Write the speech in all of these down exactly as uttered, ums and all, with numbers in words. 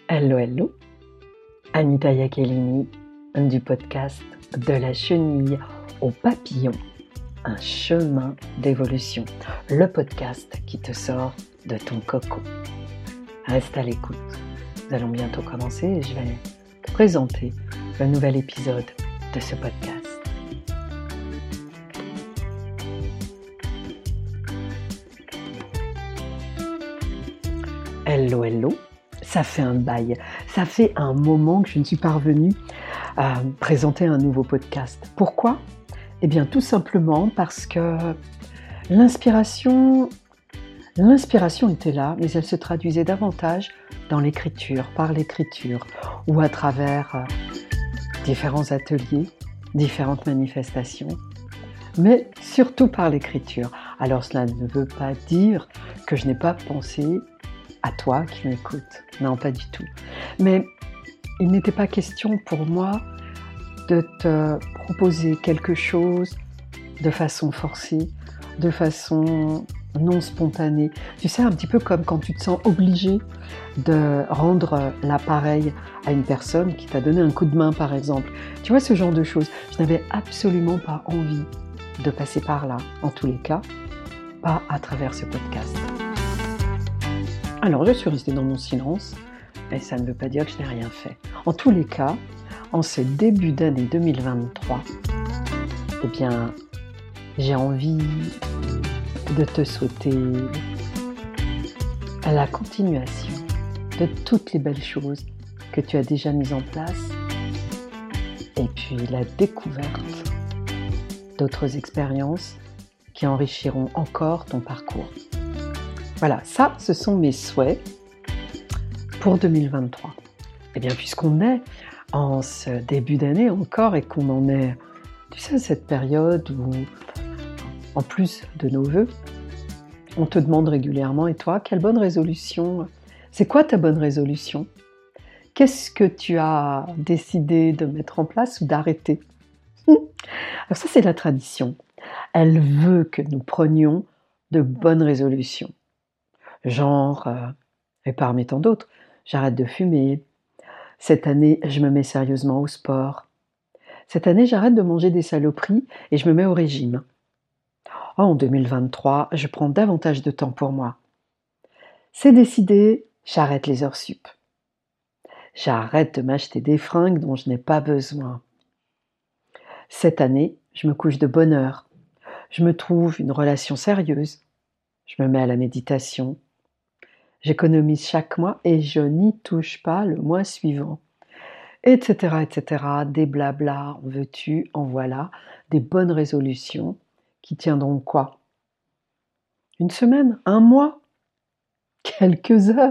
Hello, hello, Anita Iacchelini du podcast De la chenille au papillon, un chemin d'évolution, le podcast qui te sort de ton cocon. Reste à l'écoute, nous allons bientôt commencer et je vais te présenter le nouvel épisode de ce podcast. Hello, hello. Ça fait un bail, ça fait un moment que je ne suis pas revenue à présenter un nouveau podcast. Pourquoi ? Eh bien tout simplement parce que l'inspiration, l'inspiration était là, mais elle se traduisait davantage dans l'écriture, par l'écriture, ou à travers différents ateliers, différentes manifestations, mais surtout par l'écriture. Alors cela ne veut pas dire que je n'ai pas pensé à toi qui m'écoutes. Non, pas du tout. Mais il n'était pas question pour moi de te proposer quelque chose de façon forcée, de façon non spontanée. Tu sais, un petit peu comme quand tu te sens obligé de rendre l'appareil à une personne qui t'a donné un coup de main, par exemple. Tu vois, ce genre de choses. Je n'avais absolument pas envie de passer par là, en tous les cas, pas à travers ce podcast. Alors, je suis restée dans mon silence, mais ça ne veut pas dire que je n'ai rien fait. En tous les cas, en ce début d'année deux mille vingt-trois, eh bien, j'ai envie de te souhaiter la continuation de toutes les belles choses que tu as déjà mises en place et puis la découverte d'autres expériences qui enrichiront encore ton parcours. Voilà, ça, ce sont mes souhaits pour deux mille vingt-trois. Eh bien, puisqu'on est en ce début d'année encore et qu'on en est, tu sais, cette période où, en plus de nos vœux, on te demande régulièrement, et toi, quelle bonne résolution ? C'est quoi ta bonne résolution ? Qu'est-ce que tu as décidé de mettre en place ou d'arrêter ? Alors ça, c'est la tradition. Elle veut que nous prenions de bonnes résolutions. Genre, euh, et parmi tant d'autres, j'arrête de fumer. Cette année, je me mets sérieusement au sport. Cette année, j'arrête de manger des saloperies et je me mets au régime. Oh, en deux mille vingt-trois, je prends davantage de temps pour moi. C'est décidé, j'arrête les heures sup. J'arrête de m'acheter des fringues dont je n'ai pas besoin. Cette année, je me couche de bonne heure. Je me trouve une relation sérieuse. Je me mets à la méditation. J'économise chaque mois et je n'y touche pas le mois suivant. Etc, et cetera. Des blabla, en veux-tu, en voilà. Des bonnes résolutions qui tiendront quoi ? Une semaine ? Un mois ? Quelques heures ?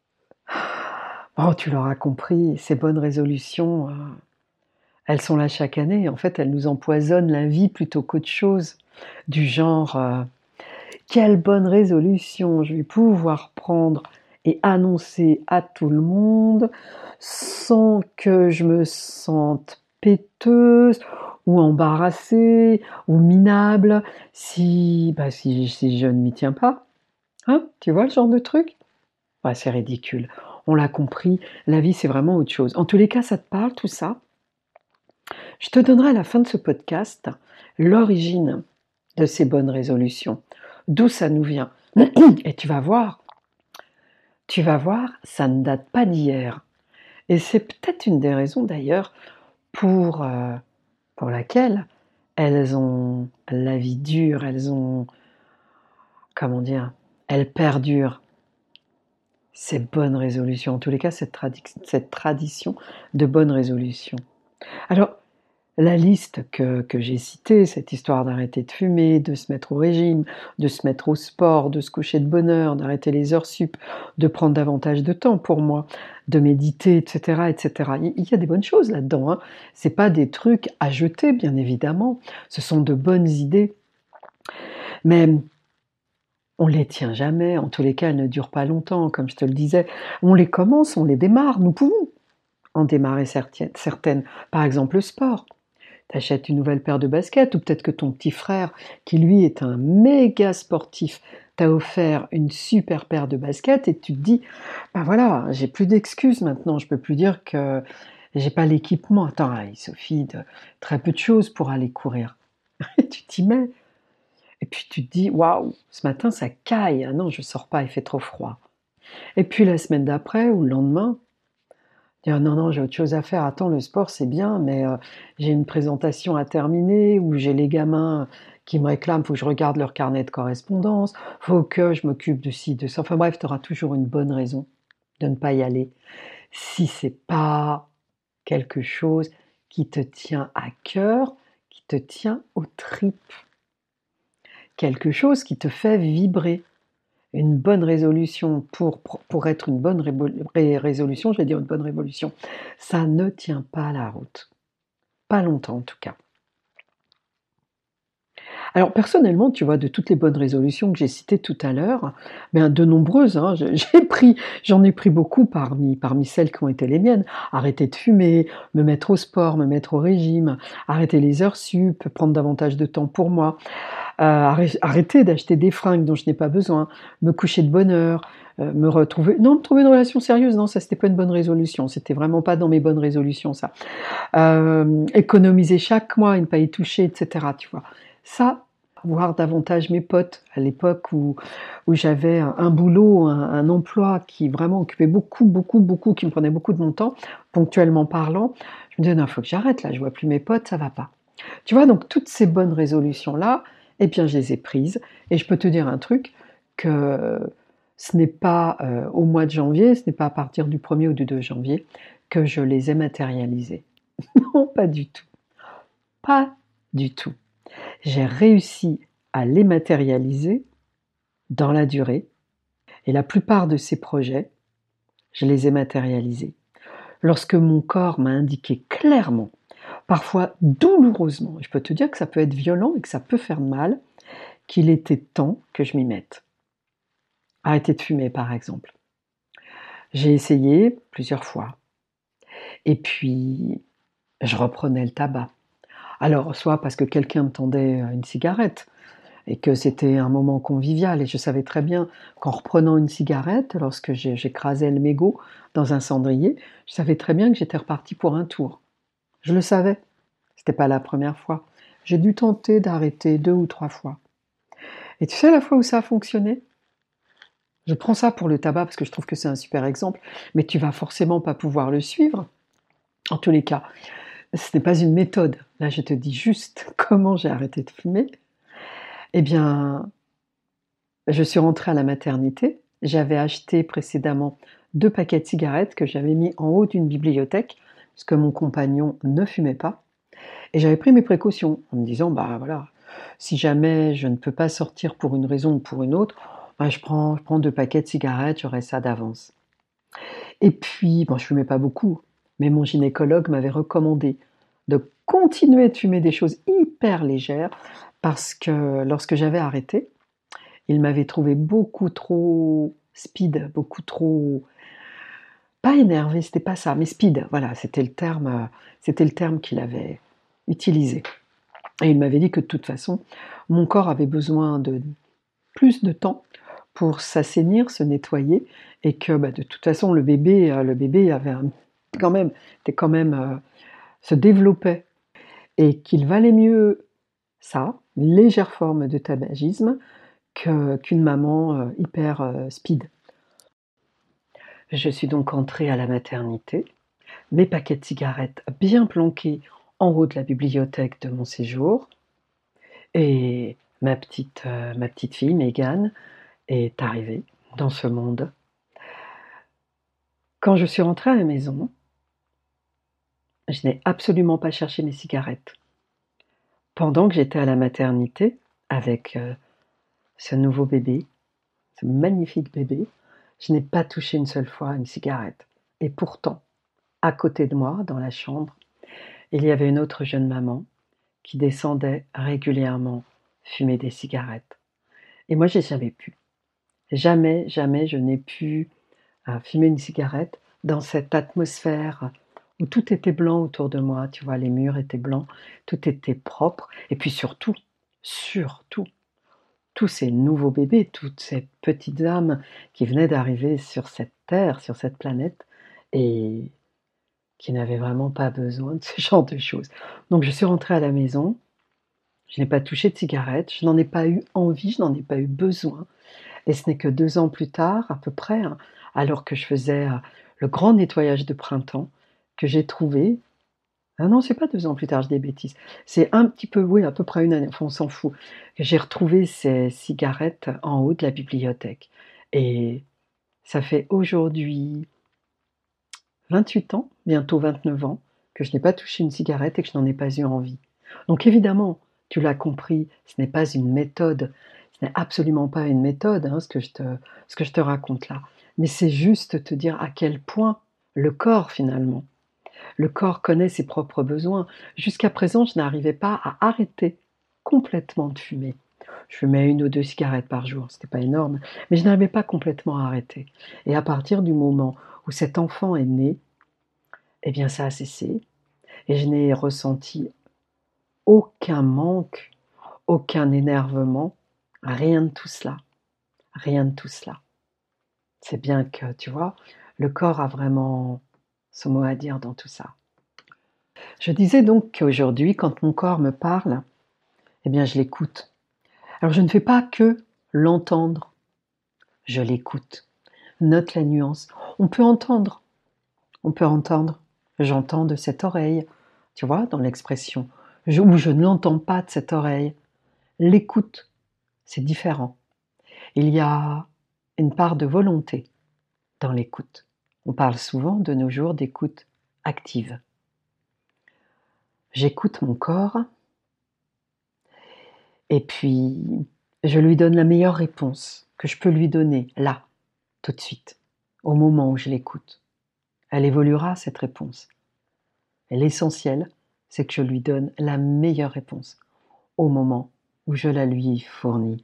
Oh, tu l'auras compris, ces bonnes résolutions, euh, elles sont là chaque année. En fait, elles nous empoisonnent la vie plutôt qu'autre chose. Du genre... Euh, Quelle bonne résolution je vais pouvoir prendre et annoncer à tout le monde sans que je me sente péteuse ou embarrassée ou minable si, bah si, si je ne m'y tiens pas. Hein, tu vois le genre de truc ? Ouais, c'est ridicule. On l'a compris, la vie c'est vraiment autre chose. En tous les cas, ça te parle tout ça ? Je te donnerai à la fin de ce podcast l'origine de ces bonnes résolutions. D'où ça nous vient. Et tu vas voir, tu vas voir, ça ne date pas d'hier. Et c'est peut-être une des raisons d'ailleurs pour, euh, pour laquelle elles ont la vie dure, elles ont, comment dire, elles perdurent. Ces bonnes résolutions, en tous les cas cette, tradi- cette tradition de bonnes résolutions. Alors, la liste que, que j'ai citée, cette histoire d'arrêter de fumer, de se mettre au régime, de se mettre au sport, de se coucher de bonne heure, d'arrêter les heures sup, de prendre davantage de temps pour moi, de méditer, et cetera, et cetera. Il y a des bonnes choses là-dedans, hein. C'est pas des trucs à jeter, bien évidemment. Ce sont de bonnes idées. Mais on les tient jamais. En tous les cas, elles ne durent pas longtemps, comme je te le disais. On les commence, on les démarre. Nous pouvons en démarrer certaines. Par exemple, le sport. T'achètes une nouvelle paire de baskets, ou peut-être que ton petit frère, qui lui est un méga sportif, t'a offert une super paire de baskets et tu te dis, ben voilà, j'ai plus d'excuses maintenant, je peux plus dire que j'ai pas l'équipement. Attends, il suffit de très peu de choses pour aller courir. Et tu t'y mets. Et puis tu te dis, waouh, ce matin ça caille, ah non, je sors pas, il fait trop froid. Et puis la semaine d'après ou le lendemain, dire non, non, j'ai autre chose à faire. Attends, le sport, c'est bien, mais euh, j'ai une présentation à terminer ou j'ai les gamins qui me réclament, faut que je regarde leur carnet de correspondance, faut que je m'occupe de ci, de ça. Enfin bref, tu auras toujours une bonne raison de ne pas y aller si c'est pas quelque chose qui te tient à cœur, qui te tient aux tripes. Quelque chose qui te fait vibrer. Une bonne résolution pour, pour être une bonne ré- résolution, je vais dire une bonne révolution, ça ne tient pas la route. Pas longtemps en tout cas. Alors personnellement, tu vois, de toutes les bonnes résolutions que j'ai citées tout à l'heure, ben, de nombreuses, hein, j'ai pris, j'en ai pris beaucoup parmi, parmi celles qui ont été les miennes. Arrêter de fumer, me mettre au sport, me mettre au régime, arrêter les heures sup, prendre davantage de temps pour moi, euh, arrêter d'acheter des fringues dont je n'ai pas besoin, me coucher de bonne heure, euh, me retrouver... Non, me trouver une relation sérieuse, non, ça c'était pas une bonne résolution, c'était vraiment pas dans mes bonnes résolutions ça. Euh, économiser chaque mois et ne pas y toucher, et cetera. Tu vois. Ça, voir davantage mes potes à l'époque où, où j'avais un, un boulot, un, un emploi qui vraiment occupait beaucoup, beaucoup, beaucoup, qui me prenait beaucoup de mon temps, ponctuellement parlant, je me disais non, il faut que j'arrête là, je vois plus mes potes, ça va pas. Tu vois, donc toutes ces bonnes résolutions-là, eh bien je les ai prises et je peux te dire un truc, que ce n'est pas euh, au mois de janvier, ce n'est pas à partir du premier ou du deux janvier que je les ai matérialisées. Non, pas du tout. Pas du tout. J'ai réussi à les matérialiser dans la durée et la plupart de ces projets, je les ai matérialisés. Lorsque mon corps m'a indiqué clairement, parfois douloureusement, je peux te dire que ça peut être violent et que ça peut faire mal, qu'il était temps que je m'y mette. Arrêter de fumer par exemple. J'ai essayé plusieurs fois et puis je reprenais le tabac. Alors, soit parce que quelqu'un me tendait une cigarette et que c'était un moment convivial, et je savais très bien qu'en reprenant une cigarette, lorsque j'écrasais le mégot dans un cendrier, je savais très bien que j'étais repartie pour un tour. Je le savais, c'était pas la première fois. J'ai dû tenter d'arrêter deux ou trois fois. Et tu sais la fois où ça a fonctionné ? Je prends ça pour le tabac parce que je trouve que c'est un super exemple, mais tu vas forcément pas pouvoir le suivre. En tous les cas, ce n'est pas une méthode. Là, je te dis juste comment j'ai arrêté de fumer. Eh bien, je suis rentrée à la maternité. J'avais acheté précédemment deux paquets de cigarettes que j'avais mis en haut d'une bibliothèque, parce que mon compagnon ne fumait pas. Et j'avais pris mes précautions en me disant, bah voilà, si jamais je ne peux pas sortir pour une raison ou pour une autre, bah, je, prends, je prends deux paquets de cigarettes, j'aurai ça d'avance. Et puis, bon, je fumais pas beaucoup, mais mon gynécologue m'avait recommandé de continuer de fumer des choses hyper légères parce que lorsque j'avais arrêté, il m'avait trouvé beaucoup trop speed, beaucoup trop... pas énervé, c'était pas ça, mais speed, voilà, c'était le terme, c'était le terme qu'il avait utilisé. Et il m'avait dit que de toute façon, mon corps avait besoin de plus de temps pour s'assainir, se nettoyer, et que bah, de toute façon le bébé, le bébé avait un, quand même, était quand même euh, se développait, et qu'il valait mieux ça, une légère forme de tabagisme, que, qu'une maman euh, hyper euh, speed. Je suis donc entrée à la maternité, mes paquets de cigarettes bien planqués en haut de la bibliothèque de mon séjour, et ma petite, euh, ma petite fille, Mégane, est arrivée dans ce monde. Quand je suis rentrée à la maison, je n'ai absolument pas cherché mes cigarettes. Pendant que j'étais à la maternité, avec euh, ce nouveau bébé, ce magnifique bébé, je n'ai pas touché une seule fois une cigarette. Et pourtant, à côté de moi, dans la chambre, il y avait une autre jeune maman qui descendait régulièrement fumer des cigarettes. Et moi, j'ai jamais pu. Jamais, jamais je n'ai pu euh, fumer une cigarette dans cette atmosphère où tout était blanc autour de moi, tu vois, les murs étaient blancs, tout était propre, et puis surtout, surtout, tous ces nouveaux bébés, toutes ces petites âmes qui venaient d'arriver sur cette terre, sur cette planète, et qui n'avaient vraiment pas besoin de ce genre de choses. Donc je suis rentrée à la maison, je n'ai pas touché de cigarette, je n'en ai pas eu envie, je n'en ai pas eu besoin. Et ce n'est que deux ans plus tard, à peu près, hein, alors que je faisais euh, le grand nettoyage de printemps, que j'ai trouvé. Ah non, c'est pas deux ans plus tard, je dis des bêtises. C'est un petit peu, oui, à peu près une année, enfin on s'en fout. Que j'ai retrouvé ces cigarettes en haut de la bibliothèque. Et ça fait aujourd'hui vingt-huit ans, bientôt vingt-neuf ans, que je n'ai pas touché une cigarette et que je n'en ai pas eu envie. Donc évidemment, tu l'as compris, ce n'est pas une méthode, ce n'est absolument pas une méthode, hein, ce que je te, ce que je te raconte là. Mais c'est juste te dire à quel point le corps finalement, le corps connaît ses propres besoins. Jusqu'à présent, je n'arrivais pas à arrêter complètement de fumer. Je fumais une ou deux cigarettes par jour, c'était pas énorme, mais je n'arrivais pas complètement à arrêter. Et à partir du moment où cet enfant est né, eh bien ça a cessé et je n'ai ressenti aucun manque, aucun énervement, rien de tout cela, rien de tout cela. C'est bien que, tu vois, le corps a vraiment son mot à dire dans tout ça. Je disais donc qu'aujourd'hui, quand mon corps me parle, eh bien je l'écoute. Alors je ne fais pas que l'entendre, je l'écoute. Note la nuance. On peut entendre, on peut entendre. J'entends de cette oreille, tu vois, dans l'expression, je, ou je ne l'entends pas de cette oreille. L'écoute, c'est différent. Il y a une part de volonté dans l'écoute. On parle souvent de nos jours d'écoute active. J'écoute mon corps et puis je lui donne la meilleure réponse que je peux lui donner là, tout de suite, au moment où je l'écoute. Elle évoluera, cette réponse. Et l'essentiel, c'est que je lui donne la meilleure réponse au moment où je la lui fournis.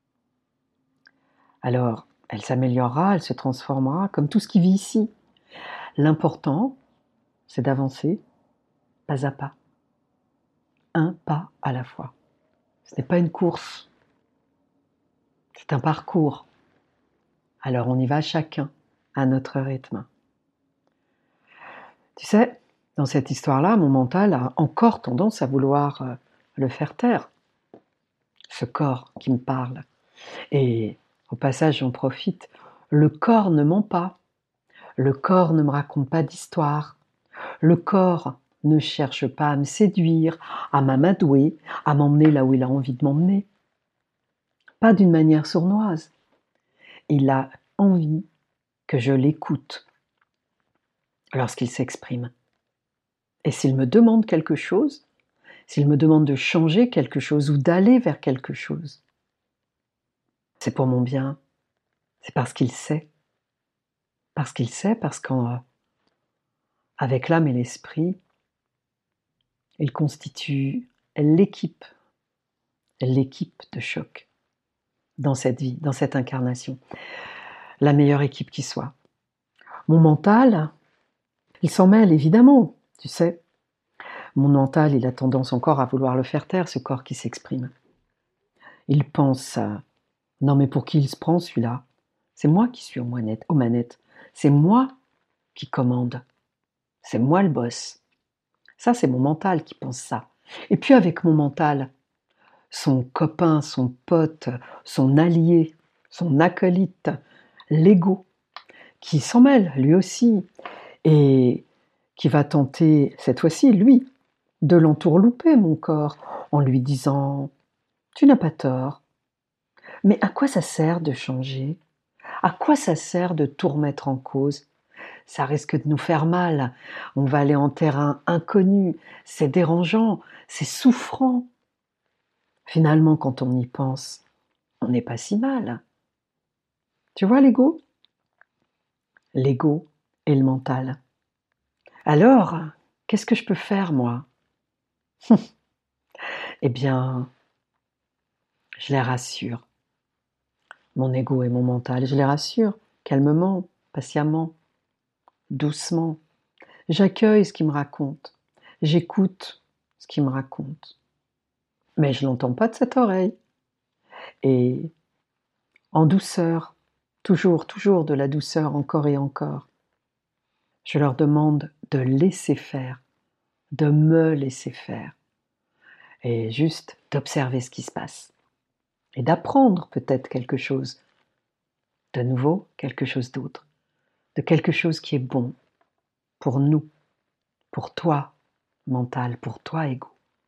Alors, elle s'améliorera, elle se transformera, comme tout ce qui vit ici. L'important, c'est d'avancer pas à pas, un pas à la fois. Ce n'est pas une course, c'est un parcours. Alors on y va chacun à notre rythme. Tu sais, dans cette histoire-là, mon mental a encore tendance à vouloir euh, le faire taire, ce corps qui me parle. Et au passage, j'en profite, le corps ne ment pas, le corps ne me raconte pas d'histoire, le corps ne cherche pas à me séduire, à m'amadouer, à m'emmener là où il a envie de m'emmener. Pas d'une manière sournoise. Il a envie que je l'écoute lorsqu'il s'exprime. Et s'il me demande quelque chose, s'il me demande de changer quelque chose ou d'aller vers quelque chose, c'est pour mon bien, c'est parce qu'il sait. Parce qu'il sait, parce qu'avec l'âme et l'esprit, il constitue l'équipe, l'équipe de choc dans cette vie, dans cette incarnation. La meilleure équipe qui soit. Mon mental, il s'en mêle évidemment, tu sais. Mon mental, il a tendance encore à vouloir le faire taire, ce corps qui s'exprime. Il pense, euh, non mais pour qui il se prend celui-là? C'est moi qui suis aux manettes, aux manettes. C'est moi qui commande. C'est moi le boss. Ça, c'est mon mental qui pense ça. Et puis avec mon mental, son copain, son pote, son allié, son acolyte, l'ego, qui s'en mêle lui aussi, et qui va tenter, cette fois-ci, lui, de l'entourlouper, mon corps, en lui disant « Tu n'as pas tort. Mais à quoi ça sert de changer? À quoi ça sert de tout remettre en cause? Ça risque de nous faire mal. On va aller en terrain inconnu. C'est dérangeant, c'est souffrant. » Finalement, quand on y pense, on n'est pas si mal. Tu vois l'ego? L'ego et le mental. Alors, qu'est-ce que je peux faire, moi? Eh bien, je les rassure. Mon ego et mon mental, je les rassure, calmement, patiemment, doucement. J'accueille ce qu'il me raconte. J'écoute ce qu'il me raconte. Mais je ne l'entends pas de cette oreille. Et en douceur, toujours, toujours de la douceur, encore et encore, je leur demande de laisser faire, de me laisser faire, et juste d'observer ce qui se passe, et d'apprendre peut-être quelque chose de nouveau, quelque chose d'autre, de quelque chose qui est bon pour nous, pour toi, mental, pour toi, ego.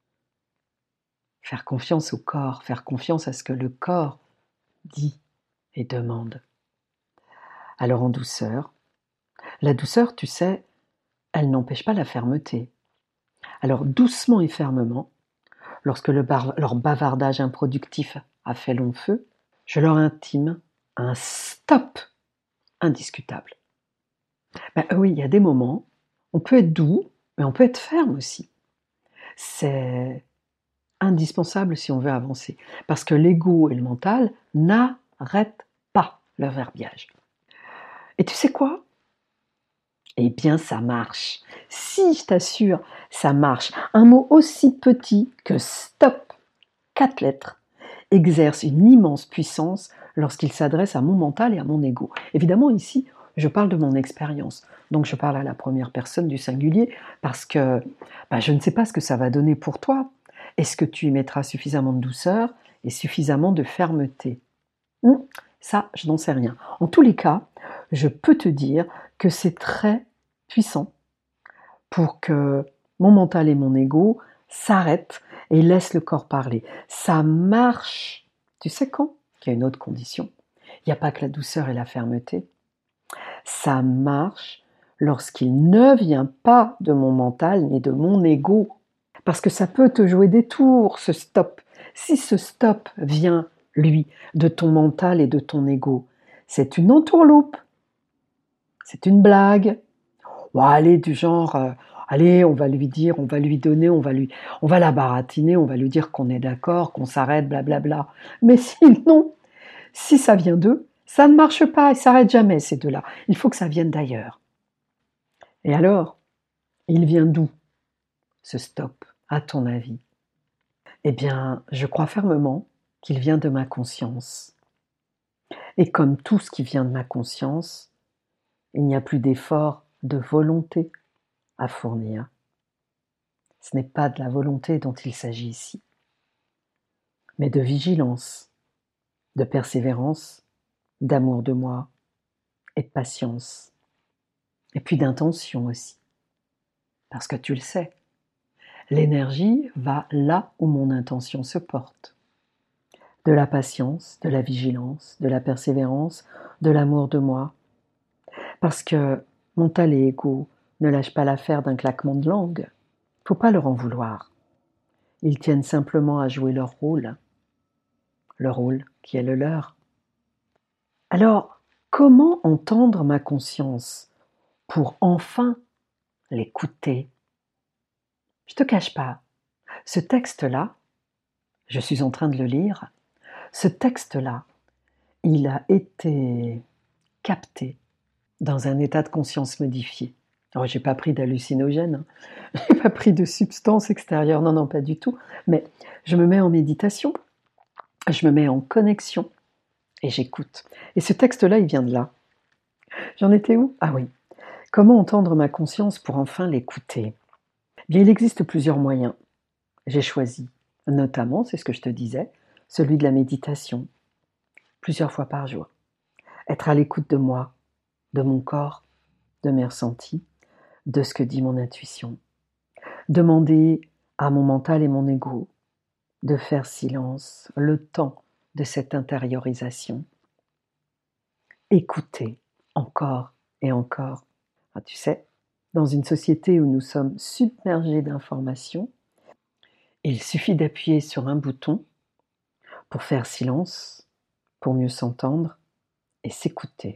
Faire confiance au corps, faire confiance à ce que le corps dit et demande. Alors en douceur, la douceur, tu sais, elle n'empêche pas la fermeté. Alors doucement et fermement, lorsque le bar- leur bavardage improductif a fait long feu, je leur intime un stop indiscutable. Ben oui, il y a des moments, on peut être doux, mais on peut être ferme aussi. C'est indispensable si on veut avancer, parce que l'ego et le mental n'arrêtent pas leur verbiage. Et tu sais quoi ? Eh bien, ça marche. Si, je t'assure, ça marche. Un mot aussi petit que stop, quatre lettres, exerce une immense puissance lorsqu'il s'adresse à mon mental et à mon ego. Évidemment, ici, je parle de mon expérience. Donc, je parle à la première personne du singulier parce que bah, je ne sais pas ce que ça va donner pour toi. Est-ce que tu y mettras suffisamment de douceur et suffisamment de fermeté ? Hum, Ça, je n'en sais rien. En tous les cas, je peux te dire que c'est très puissant pour que mon mental et mon ego s'arrêtent et laissent le corps parler. Ça marche. Tu sais quand ? Il y a une autre condition. Il n'y a pas que la douceur et la fermeté. Ça marche lorsqu'il ne vient pas de mon mental ni de mon ego. Parce que ça peut te jouer des tours, ce stop. Si ce stop vient, lui, de ton mental et de ton ego, c'est une entourloupe. C'est une blague. Ou allez, du genre, euh, allez, on va lui dire, on va lui donner, on va lui, on va la baratiner, on va lui dire qu'on est d'accord, qu'on s'arrête, blablabla. Mais sinon, si ça vient d'eux, ça ne marche pas, ils ne s'arrêtent jamais, ces deux-là. Il faut que ça vienne d'ailleurs. Et alors, il vient d'où, ce stop, à ton avis ? Eh bien, je crois fermement qu'il vient de ma conscience. Et comme tout ce qui vient de ma conscience, il n'y a plus d'effort de volonté à fournir. Ce n'est pas de la volonté dont il s'agit ici, mais de vigilance, de persévérance, d'amour de moi et de patience. Et puis d'intention aussi. Parce que tu le sais, l'énergie va là où mon intention se porte. De la patience, de la vigilance, de la persévérance, de l'amour de moi. Parce que mental et ego ne lâchent pas l'affaire d'un claquement de langue. Faut pas leur en vouloir. Ils tiennent simplement à jouer leur rôle. Le rôle qui est le leur. Alors, comment entendre ma conscience pour enfin l'écouter ? Je te cache pas, ce texte-là, je suis en train de le lire, ce texte-là, il a été capté dans un état de conscience modifié. Alors, j'ai pas pris d'hallucinogène, hein. J'ai pas pris de substance extérieure, non, non, pas du tout, mais je me mets en méditation, je me mets en connexion et j'écoute. Et ce texte-là, il vient de là. J'en étais où ? Ah oui. Comment entendre ma conscience pour enfin l'écouter ? Bien, il existe plusieurs moyens. J'ai choisi, notamment, c'est ce que je te disais, celui de la méditation, plusieurs fois par jour. Être à l'écoute de moi, de mon corps, de mes ressentis, de ce que dit mon intuition. Demander à mon mental et mon ego de faire silence, le temps de cette intériorisation. Écouter encore et encore. Ah, tu sais, dans une société où nous sommes submergés d'informations, il suffit d'appuyer sur un bouton pour faire silence, pour mieux s'entendre et s'écouter.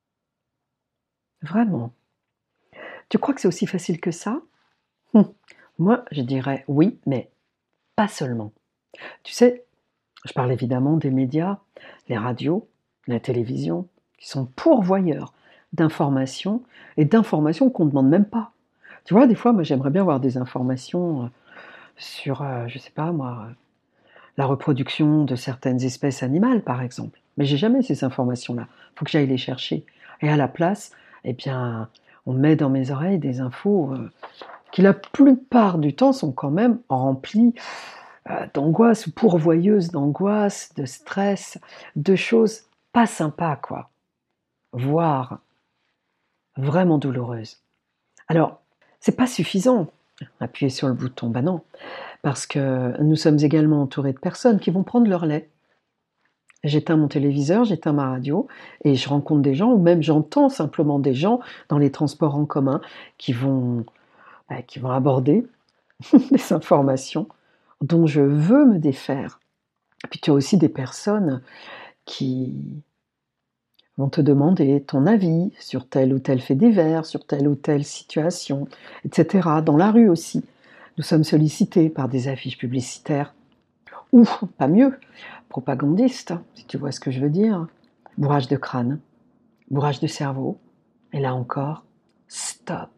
Vraiment. Tu crois que c'est aussi facile que ça ? Hum. Moi, je dirais oui, mais pas seulement. Tu sais, je parle évidemment des médias, les radios, la télévision, qui sont pourvoyeurs d'informations et d'informations qu'on ne demande même pas. Tu vois, des fois, moi, j'aimerais bien avoir des informations sur, euh, je sais pas moi, la reproduction de certaines espèces animales, par exemple. Mais j'ai jamais ces informations-là. Il faut que j'aille les chercher. Et à la place, eh bien, on met dans mes oreilles des infos euh, qui, la plupart du temps, sont quand même remplies euh, d'angoisse, ou pourvoyeuses d'angoisse, de stress, de choses pas sympas, quoi. Voire vraiment douloureuses. Alors, c'est pas suffisant, appuyer sur le bouton, ben non, parce que nous sommes également entourés de personnes qui vont prendre leur lait. J'éteins mon téléviseur, j'éteins ma radio, et je rencontre des gens, ou même j'entends simplement des gens dans les transports en commun qui vont, ben, qui vont aborder des informations dont je veux me défaire. Et puis tu as aussi des personnes qui vont te demander ton avis sur tel ou tel fait divers, sur telle ou telle situation, et cetera. Dans la rue aussi, nous sommes sollicités par des affiches publicitaires, ou, pas mieux, propagandistes, si tu vois ce que je veux dire. Bourrage de crâne, bourrage de cerveau, et là encore, stop,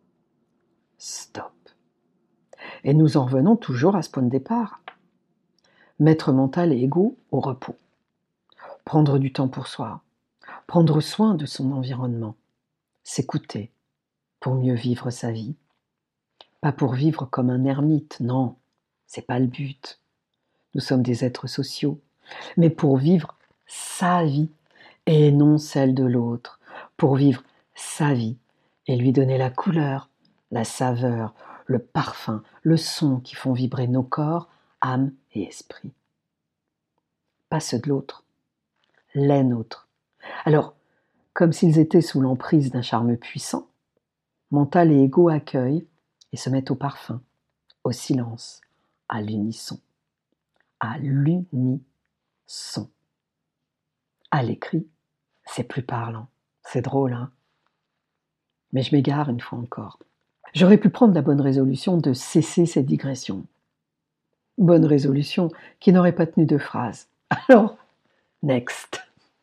stop. Et nous en revenons toujours à ce point de départ. Mettre mental et ego au repos. Prendre du temps pour soi. Prendre soin de son environnement, s'écouter pour mieux vivre sa vie. Pas pour vivre comme un ermite, non, c'est pas le but. Nous sommes des êtres sociaux, mais pour vivre sa vie et non celle de l'autre, pour vivre sa vie et lui donner la couleur, la saveur, le parfum, le son qui font vibrer nos corps, âme et esprit. Pas ceux de l'autre, les nôtres. Alors, comme s'ils étaient sous l'emprise d'un charme puissant, mental et ego accueillent et se mettent au parfum, au silence, à l'unisson. À l'unisson. À l'écrit, c'est plus parlant. C'est drôle, hein? Mais je m'égare une fois encore. J'aurais pu prendre la bonne résolution de cesser cette digression. Bonne résolution qui n'aurait pas tenu de phrase. Alors, next.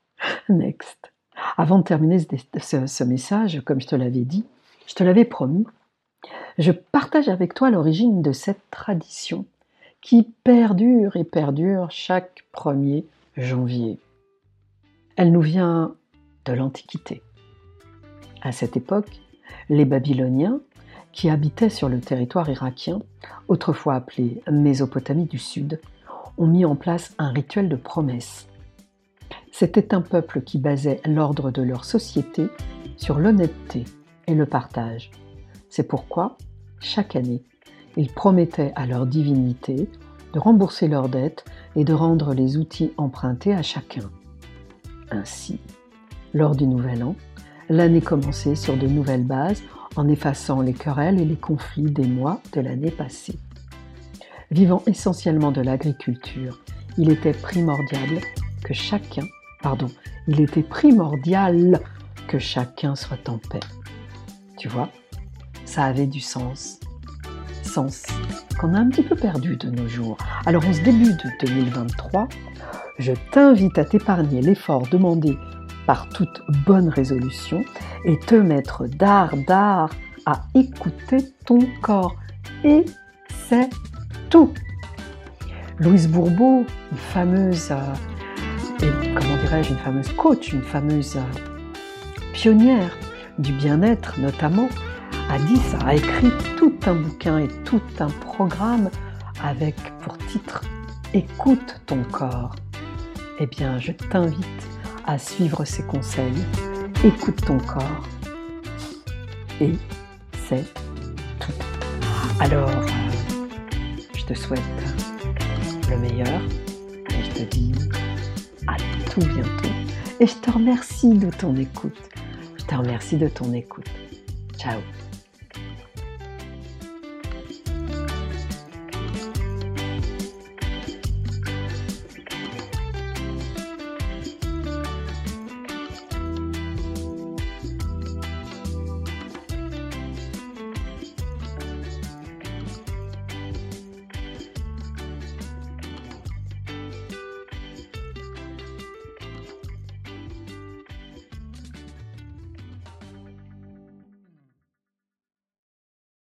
Next. Avant de terminer ce, ce message, comme je te l'avais dit, je te l'avais promis, je partage avec toi l'origine de cette tradition qui perdure et perdure chaque premier janvier. Elle nous vient de l'Antiquité. À cette époque, les Babyloniens, qui habitaient sur le territoire irakien, autrefois appelé Mésopotamie du Sud, ont mis en place un rituel de promesse. C'était un peuple qui basait l'ordre de leur société sur l'honnêteté et le partage. C'est pourquoi, chaque année, ils promettaient à leur divinité de rembourser leurs dettes et de rendre les outils empruntés à chacun. Ainsi, lors du Nouvel An, l'année commençait sur de nouvelles bases en effaçant les querelles et les conflits des mois de l'année passée. Vivant essentiellement de l'agriculture, il était primordial que chacun, pardon, il était primordial que chacun soit en paix. Tu vois, ça avait du sens. Sens qu'on a un petit peu perdu de nos jours. Alors en ce début de deux mille vingt-trois, je t'invite à t'épargner l'effort demandé par toute bonne résolution et te mettre d'art d'art à écouter ton corps. Et c'est tout. Louise Bourbeau, une fameuse, euh, et, comment dirais-je, une fameuse coach, une fameuse euh, pionnière du bien-être notamment, a dit ça, a écrit tout un bouquin et tout un programme avec pour titre « Écoute ton corps ». Eh bien, je t'invite à suivre ces conseils. Écoute ton corps et c'est tout. Alors, euh, je te souhaite le meilleur et je te dis à tout bientôt. Et je te remercie de ton écoute. Je te remercie de ton écoute. Ciao.